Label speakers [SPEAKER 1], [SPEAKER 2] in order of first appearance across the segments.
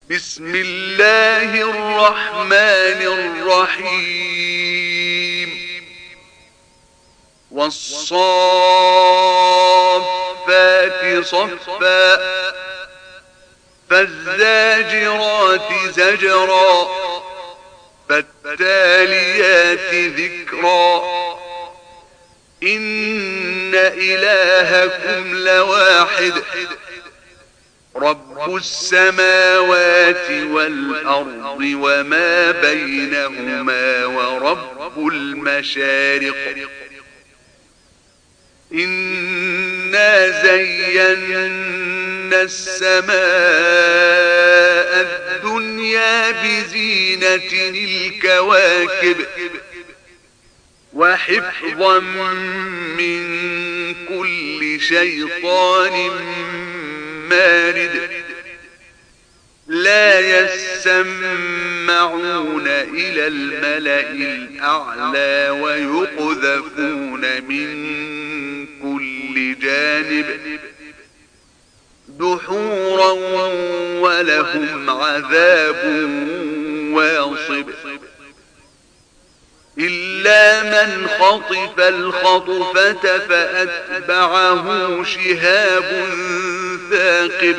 [SPEAKER 1] بسم الله الرحمن الرحيم والصافات صفا فالزاجرات زجرا فالتاليات ذكرا إن إلهكم لواحد رب السماوات والأرض وما بينهما ورب المشارق إنا زينا السماء الدنيا بزينة الكواكب وحفظا من كل شيطان مارد لا يسمعون إلى الملأ الأعلى ويقذفون من كل جانب دحورا ولهم عذاب واصب إلا من خطف الخطفة فأتبعه شهاب ثاقب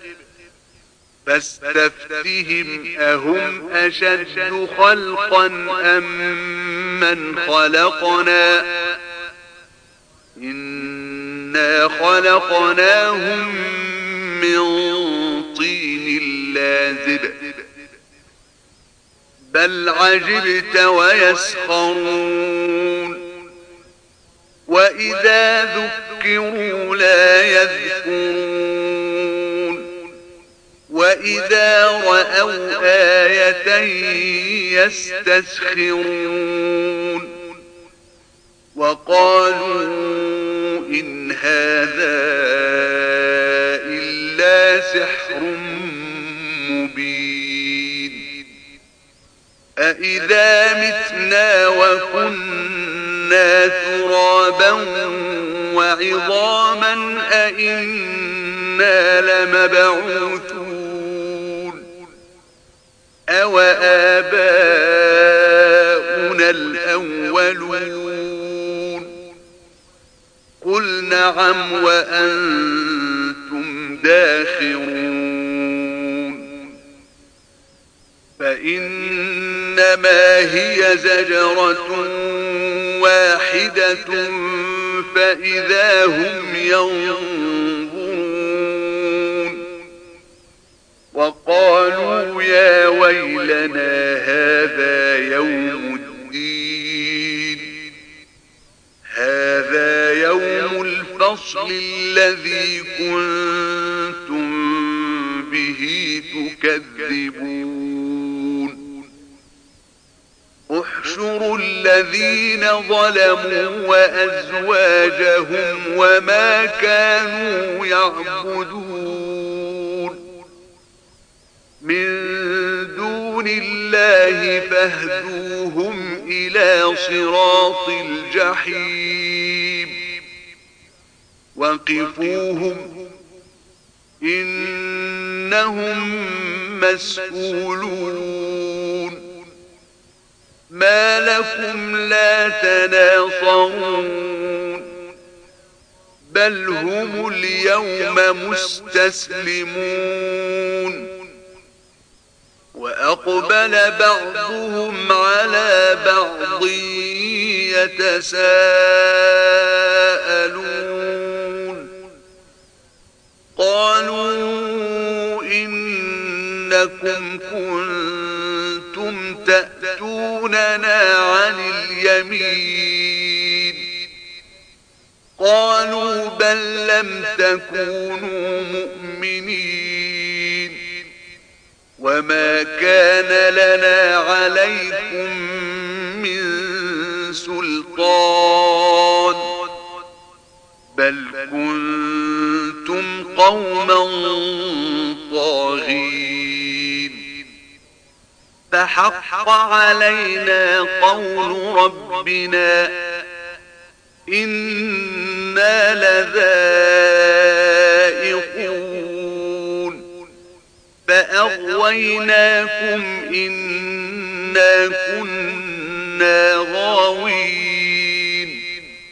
[SPEAKER 1] فاستفتهم أهم أشد خلقا أم من خلقنا إنا خلقناهم من طين لازب بل عجبت ويسخرون وإذا ذكروا لا يذكرون وإذا رأوا آية يستسخرون وقالوا إن هذا إلا سحر مبين أإذا متنا وكنا ترابا وعظاما أإنا لمبعوثون أو آباؤنا الأولون قل نعم وأنتم داخرون فإنما هي زجرة واحدة فإذا هم ينظرون وقالوا يا ويلنا هذا يوم الدين هذا يوم الفصل الذي كنتم به تكذبون احشروا الذين ظلموا وأزواجهم وما كانوا يعبدون من دون الله فاهدوهم إلى صراط الجحيم وقفوهم إنهم مسؤولون ما لكم لا تناصرون بل هم اليوم مستسلمون وأقبل بعضهم على بعض يتساءلون قالوا إنكم كنتم تأتوننا عن اليمين قالوا بل لم تكونوا مؤمنين وما كان لنا عليكم من سلطان بل كنتم قوما طاغين فحق علينا قول ربنا إنا لذائقون فأغويناكم إنا كنا غاوين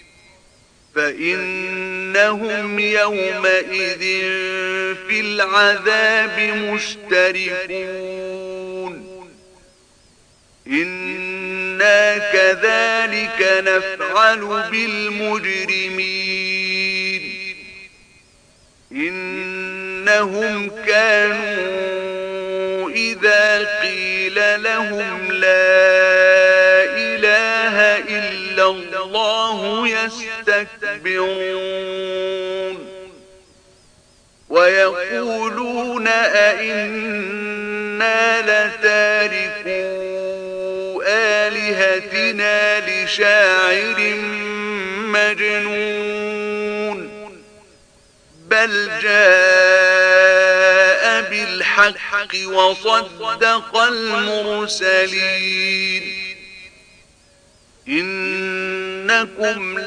[SPEAKER 1] فإنهم يومئذ في العذاب مشتركون إنا كذلك نفعل بالمجرمين إنهم كانوا إذا قيل لهم لا إله إلا الله يستكبرون ويقولون أئنا لتاركو آلهتنا لشاعر مجنون بل جاء بالحق وصدق المرسلين إنكم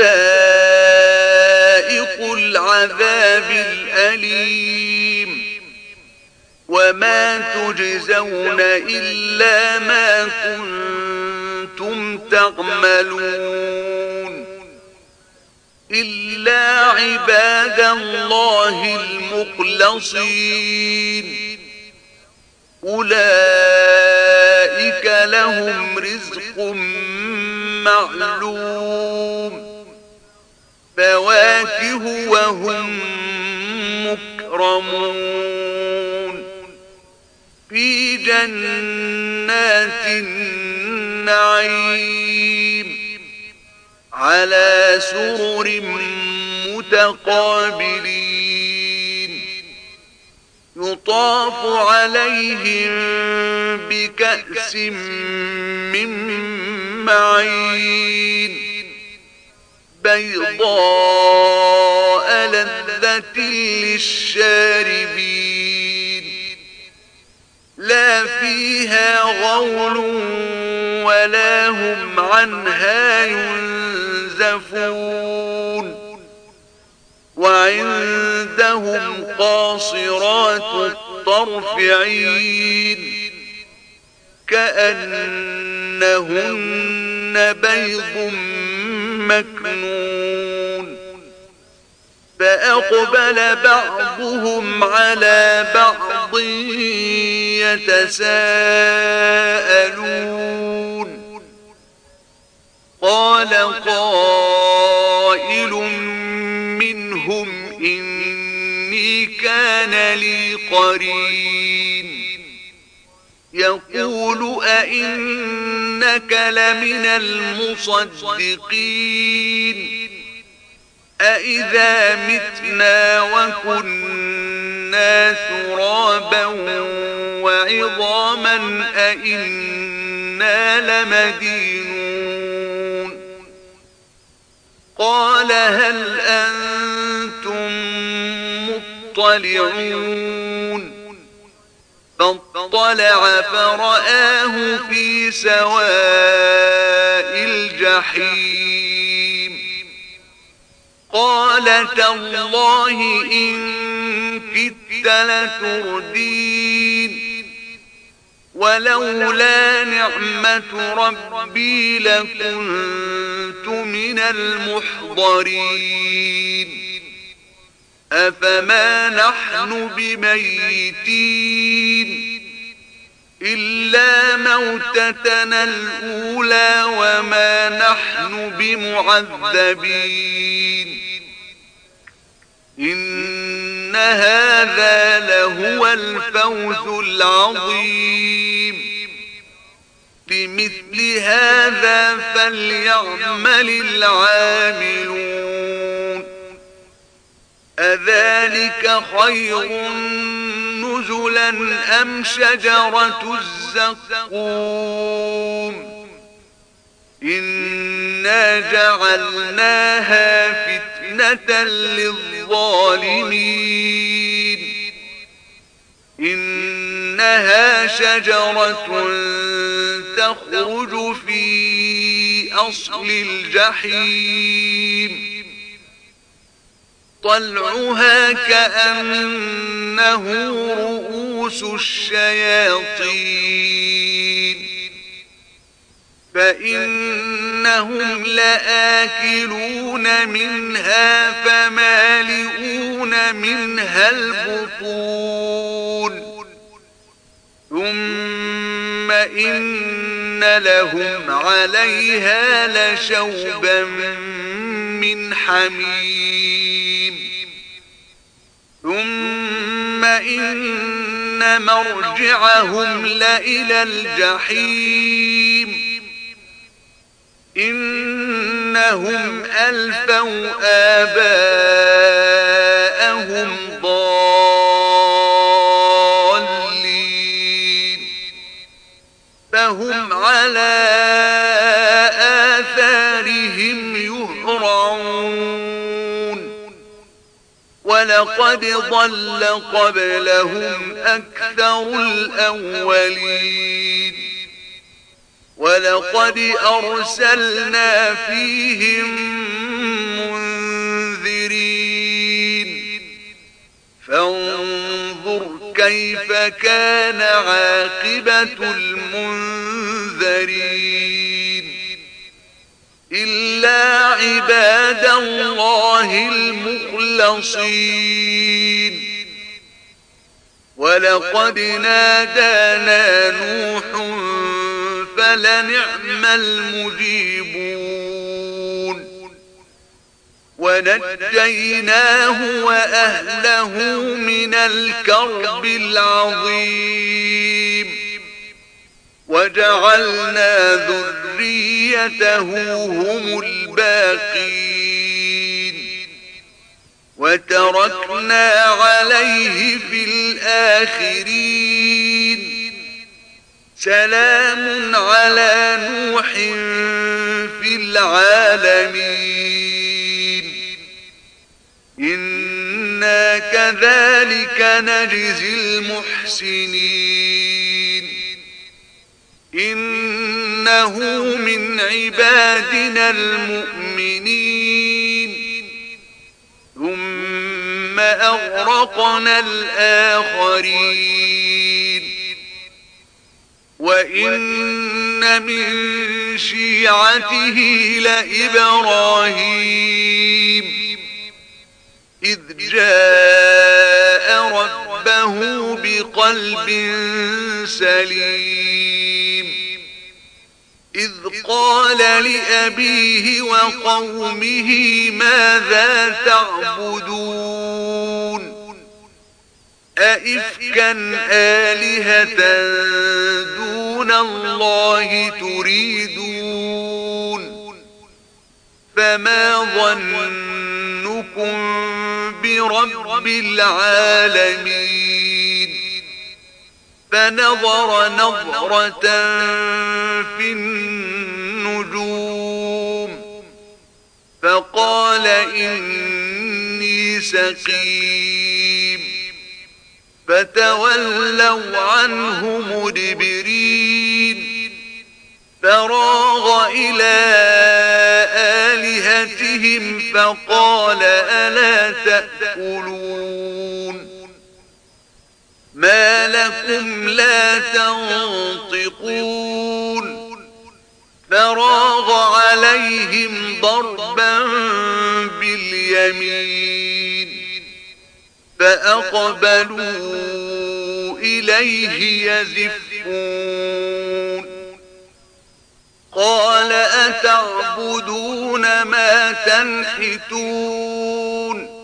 [SPEAKER 1] لذائق العذاب الأليم وما تجزون إلا ما كنتم تعملون إلا عباد الله المخلصين أولئك لهم رزق معلوم فواكه وهم مكرمون في جنات النعيم على سرر متقابلين يطاف عليهم بكأس من معين بيضاء لذة للشاربين لا فيها غول ولا هم عنها ينزفون وعندهم قاصرات الطرف عين كأنهن بيض مكنون فأقبل بعضهم على بعض يتساءلون قال قائل منهم إني كان لي قرين يقول أئنك لمن المصدقين أئذا متنا وكنا ترابا وعظاما أئنا لمدينون قال هل أنتم مطلعون فاطلع فرآه في سواء الجحيم قال تالله إن كدت لتردين ولولا نعمة ربي لكنت من المحضرين أفما نحن بميتين إلا موتتنا الأولى وما نحن بمعذبين إن هذا لهو الفوز العظيم لمثل هذا فليعمل العاملون أذلك خير نزلا أم شجرة الزقوم إنا جعلناها فتنة للظالمين إنها شجرة تخرج في أصل الجحيم طلعها كأنه رؤوس رؤوس الشياطين فإنهم لآكلون منها فمالئون منها البطون ثم إن لهم عليها لشوبا من حميم ثم إن مرجعهم لإلى الجحيم إنهم ألفوا آباءهم ضالين فهم على آثارهم يهرعون ولقد ضل قبلهم أكثر الأولين ولقد أرسلنا فيهم منذرين فانظر كيف كان عاقبة المنذرين إلا عباد الله المخلصين ولقد نادانا نوح فلنعم المجيبون ونجيناه وأهله من الكرب العظيم وجعلنا ذريته هم الباقين وتركنا عليه في الآخرين سلام على نوح في العالمين إنا كذلك نجزي المحسنين إنه من عبادنا المؤمنين ثم أغرقنا الآخرين وإن من شيعته لإبراهيم إذ جاء ربه بقلب سليم إذ قال لأبيه وقومه ماذا تعبدون أئفكا آلهة دون الله تريدون فما ظنكم برب العالمين فنظر نظرة في النجوم فقال إني سقيم فتولوا عنه مدبرين فراغ إلى آلهتهم فقال ألا تأكلون ما لكم لا تنطقون فراغ عليهم ضربا باليمين فأقبلوا إليه يزفون قال أتعبدون ما تنحتون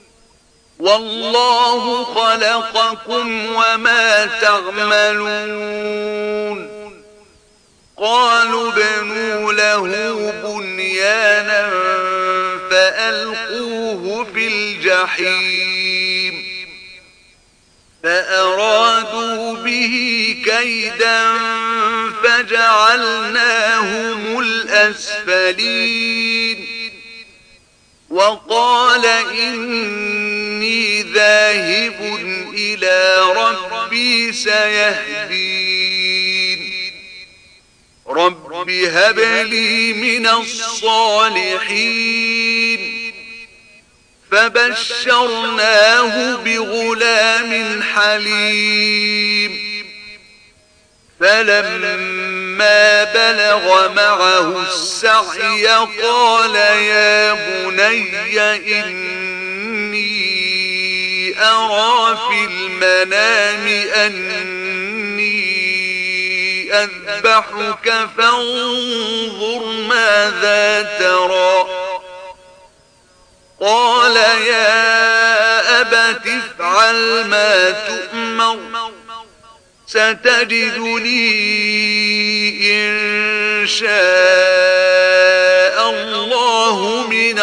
[SPEAKER 1] والله خلقكم وما تعملون قالوا ابنوا له بنيانا فألقوه في الجحيم فأرادوا به كيدا فجعلناهم الأسفلين وقال إني ذاهب إلى ربي سيهدين رب هب لي من الصالحين فبشرناه بغلام حليم فلما بلغ معه السعي قال يا بني إني أرى في المنام أني أذبحك فانظر ماذا ترى قال يا أبت افعل ما تؤمر ستجدني إن شاء الله من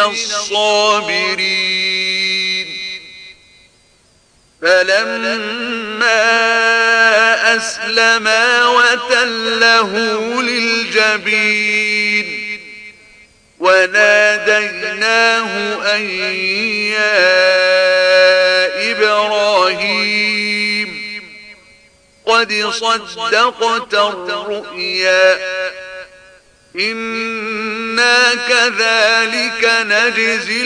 [SPEAKER 1] الصابرين فلما أسلما وتله للجبين وناديناه أن يا إبراهيم قد صدقت الرؤيا إنا كذلك نجزي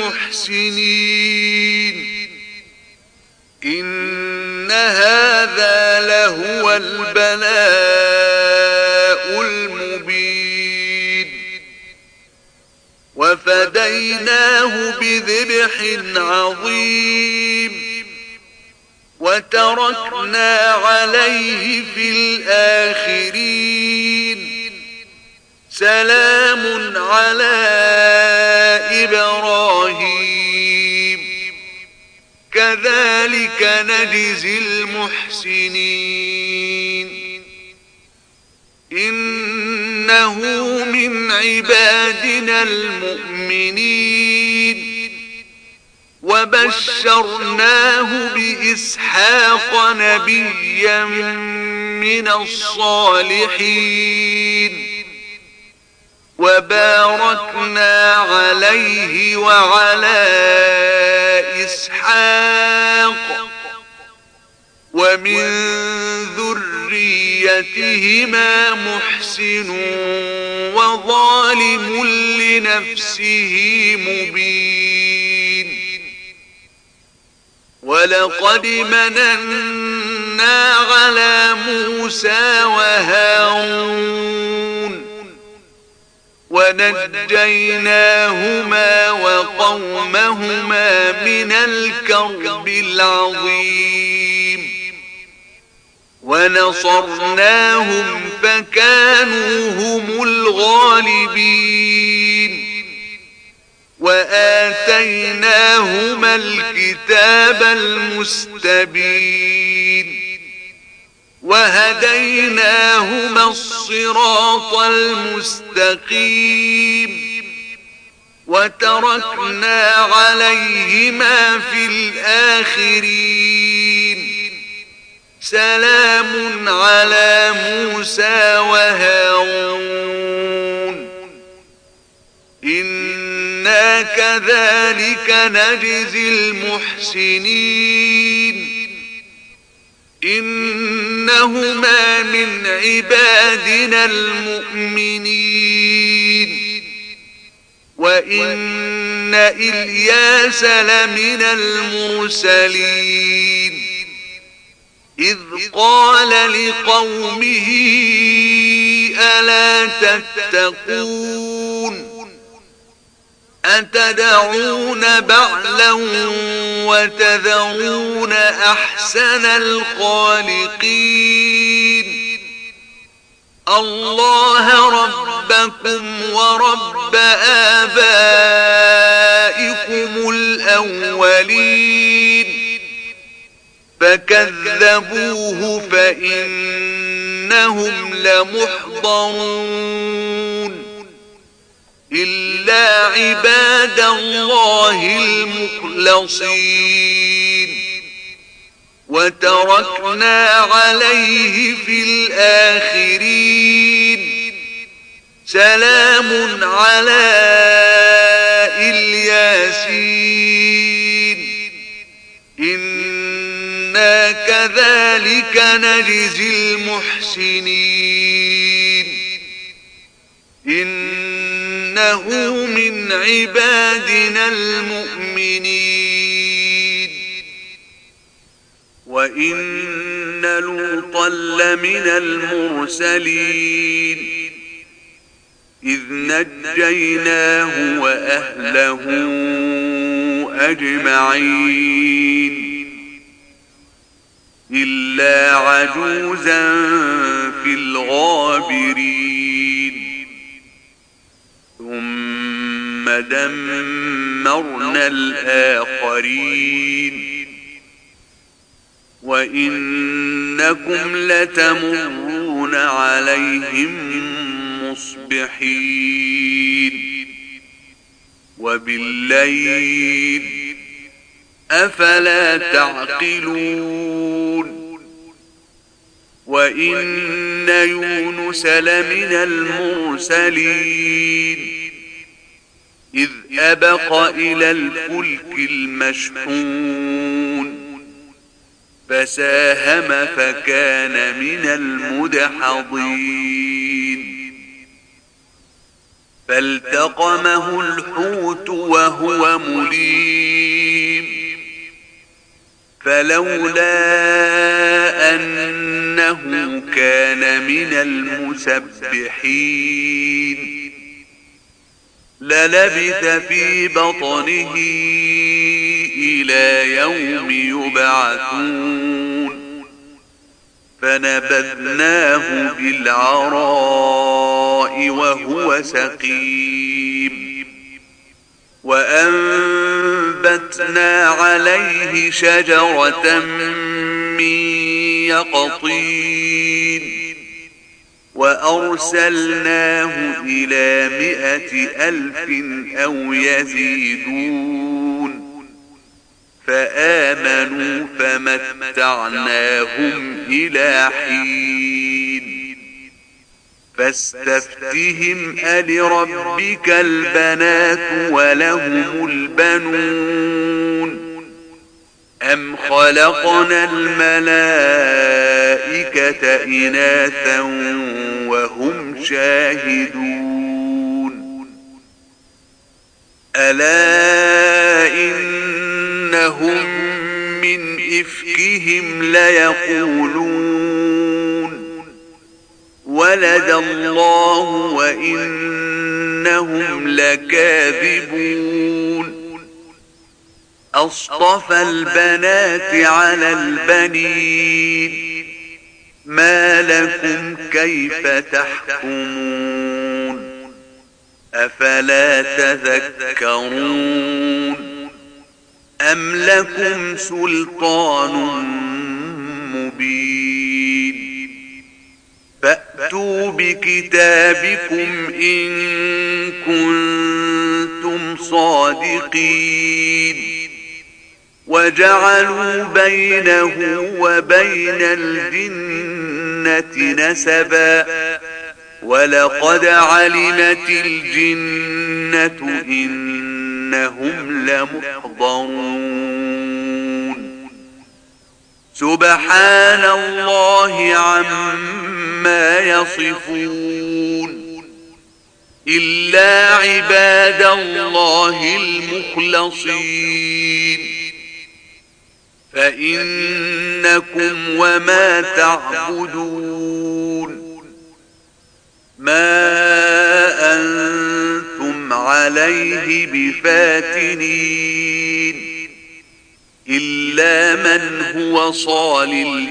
[SPEAKER 1] المحسنين إن هذا لهو البلاء المبين وفديناه بذبح عظيم وتركنا عليه في الآخرين سلام على إبراهيم كذلك نجزي المحسنين إنه من عبادنا المؤمنين وبشرناه بإسحاق نبيا من الصالحين وباركنا عليه وعلى إسحاق ومن ذريتهما محسن وظالم لنفسه مبين ولقد مننا على موسى وهارون ونجيناهما وقومهما من الكرب العظيم ونصرناهم فكانوا هم الغالبين وآتيناهما الكتاب المستبين وهديناهما الصراط المستقيم وتركنا عليهما في الآخرين سلام على موسى وهارون إنا كذلك نجزي المحسنين إنهما من عبادنا المؤمنين وإن إلياس لمن المرسلين إذ قال لقومه ألا تتقون أتدعون بعلا وتذرون أحسن الخالقين الله ربكم ورب آبائكم الأولين فكذبوه فإنهم لمحضرون إلا عباد الله المخلصين وتركنا عليه في الآخرين سلام على الياسين إنا كذلك نجزي المحسنين إنه من عبادنا المؤمنين وإن لوطا لمن المرسلين إذ نجيناه وأهله أجمعين إلا عجوزا في الغابرين ثم دمرنا الآخرين وإنكم لتمرون عليهم مصبحين وبالليل أفلا تعقلون وإن يونس لمن المرسلين إذ أبق إلى الفلك المشحون فساهم فكان من المدحضين فالتقمه الحوت وهو مليم فلولا أنه كان من المسبحين للبث في بطنه إلى يوم يبعثون فنبذناه بالعراء وهو سقيم وأنبتنا عليه شجرة من يقطين وأرسلناه إلى 100,000 أو يزيدون فآمنوا فمتعناهم إلى حين فاستفتهم ألربك البنات ولهم البنون أم خلقنا الملائكة إناثا وهم شاهدون ألا إنهم من إفكهم ليقولون ولد الله وإنهم لكاذبون أصطفى البنات على البنين ما لكم كيف تحكمون أفلا تذكرون أم لكم سلطان مبين فأتوا بكتابكم إن كنتم صادقين وجعلوا بينه وبين الجنة نسبا ولقد علمت الجنة إنهم لمحضرون سبحان الله عما يصفون إلا عباد الله المخلصين فإنكم وما تعبدون ما أنتم عليه بفاتنين إلا من هو صال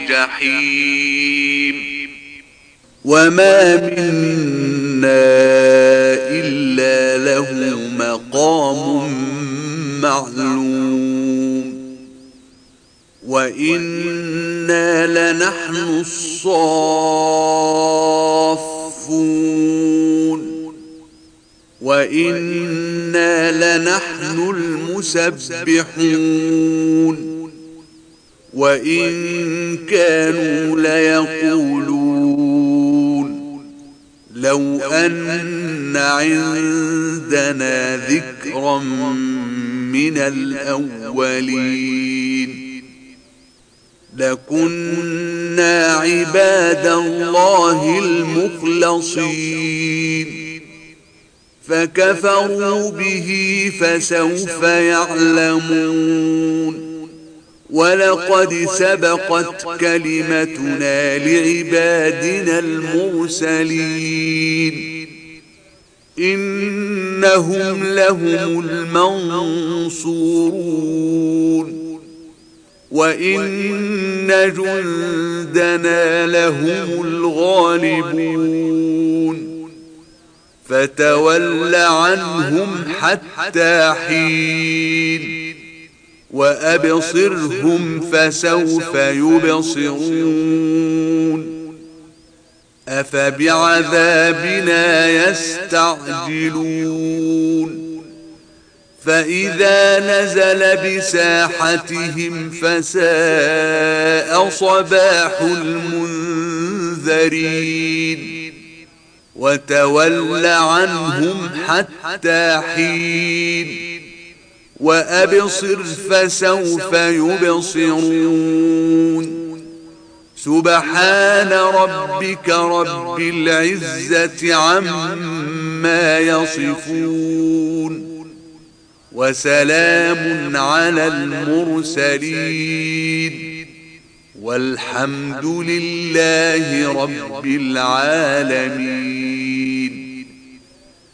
[SPEAKER 1] الجحيم وما منا إلا له مقام معلوم وإنا لنحن الصافون وإنا لنحن المسبحون وإن كانوا ليقولون لو أن عندنا ذكرا من الأولين لكنا عباد الله المخلصين فكفروا به فسوف يعلمون ولقد سبقت كلمتنا لعبادنا المرسلين إنهم لهم المنصورون وإن جندنا لهم الغالبون فتول عنهم حتى حين وأبصرهم فسوف يبصرون أفبعذابنا يستعجلون فإذا نزل بساحتهم فساء صباح المنذرين وتول عنهم حتى حين وأبصر فسوف يبصرون سبحان ربك رب العزة عما يصفون وسلام على المرسلين والحمد لله رب العالمين.